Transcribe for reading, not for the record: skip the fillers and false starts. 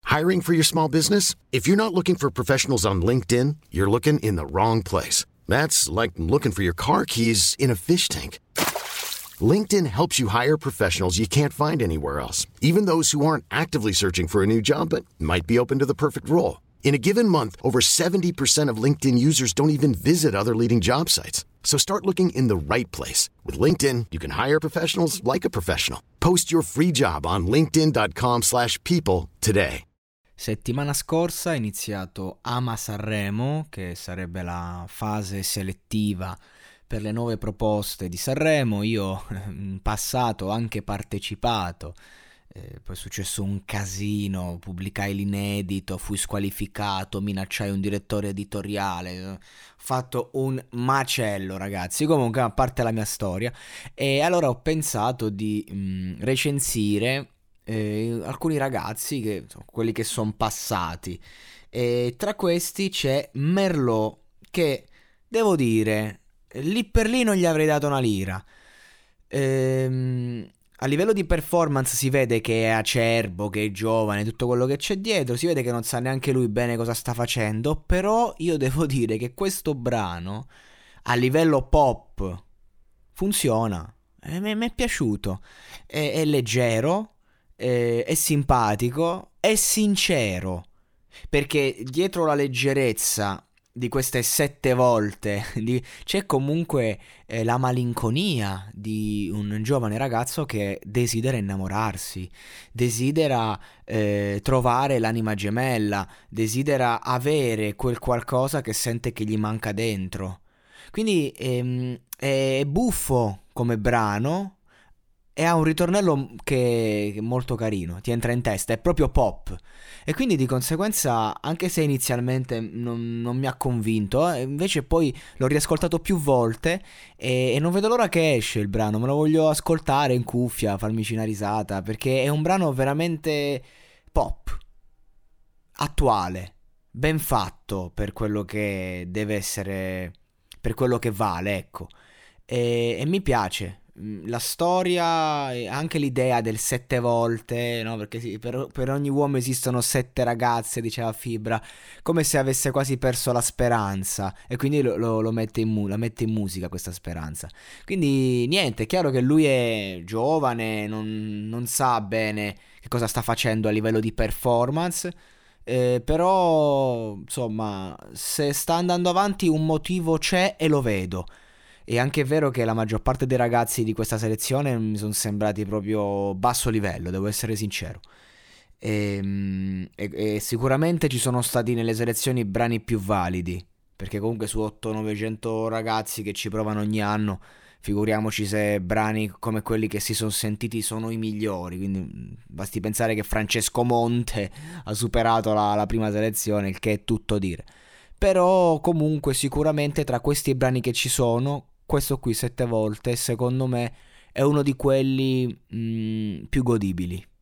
Hiring for your small business? If you're not looking for professionals on LinkedIn, you're looking in the wrong place. That's like looking for your car keys in a fish tank. LinkedIn helps you hire professionals you can't find anywhere else, even those who aren't actively searching for a new job but might be open to the perfect role. In a given month, over 70% of LinkedIn users don't even visit other leading job sites. So start looking in the right place. With LinkedIn, you can hire professionals like a professional. Post your free job on linkedin.com/people today. Settimana scorsa è iniziato Ama Sanremo, che sarebbe la fase selettiva per le nuove proposte di Sanremo. Io in passato ho anche partecipato, poi è successo un casino, pubblicai l'inedito, fui squalificato, minacciai un direttore editoriale, ho fatto un macello, ragazzi. Comunque, a parte la mia storia, e allora ho pensato di recensire alcuni ragazzi, quelli che sono passati, e tra questi c'è Merlot, che devo dire, lì per lì non gli avrei dato una lira. A livello di performance si vede che è acerbo, che è giovane, tutto quello che c'è dietro, si vede che non sa neanche lui bene cosa sta facendo, però io devo dire che questo brano a livello pop funziona, mi è piaciuto, è leggero, è simpatico, è sincero, perché dietro la leggerezza di queste 7 volte c'è comunque la malinconia di un giovane ragazzo che desidera innamorarsi, desidera trovare l'anima gemella, desidera avere quel qualcosa che sente che gli manca dentro. Quindi è buffo come brano e ha un ritornello che è molto carino, ti entra in testa, è proprio pop. E quindi di conseguenza, anche se inizialmente non mi ha convinto, invece poi l'ho riascoltato più volte e non vedo l'ora che esce il brano, me lo voglio ascoltare in cuffia, farmici una risata, perché è un brano veramente pop, attuale, ben fatto per quello che deve essere, per quello che vale, ecco. E mi piace la storia e anche l'idea del 7 volte, no? Perché sì, per ogni uomo esistono 7 ragazze, diceva Fibra, come se avesse quasi perso la speranza, e quindi lo mette la mette in musica questa speranza. Quindi niente, è chiaro che lui è giovane, non sa bene che cosa sta facendo a livello di performance, però insomma, se sta andando avanti un motivo c'è e lo vedo. È anche vero che la maggior parte dei ragazzi di questa selezione mi sono sembrati proprio basso livello, devo essere sincero. E sicuramente ci sono stati nelle selezioni brani più validi, perché comunque su 800-900 ragazzi che ci provano ogni anno, figuriamoci se brani come quelli che si sono sentiti sono i migliori. Quindi basti pensare che Francesco Monte ha superato la prima selezione, il che è tutto dire. Però comunque sicuramente tra questi brani che ci sono, questo qui 7 volte secondo me è uno di quelli più godibili.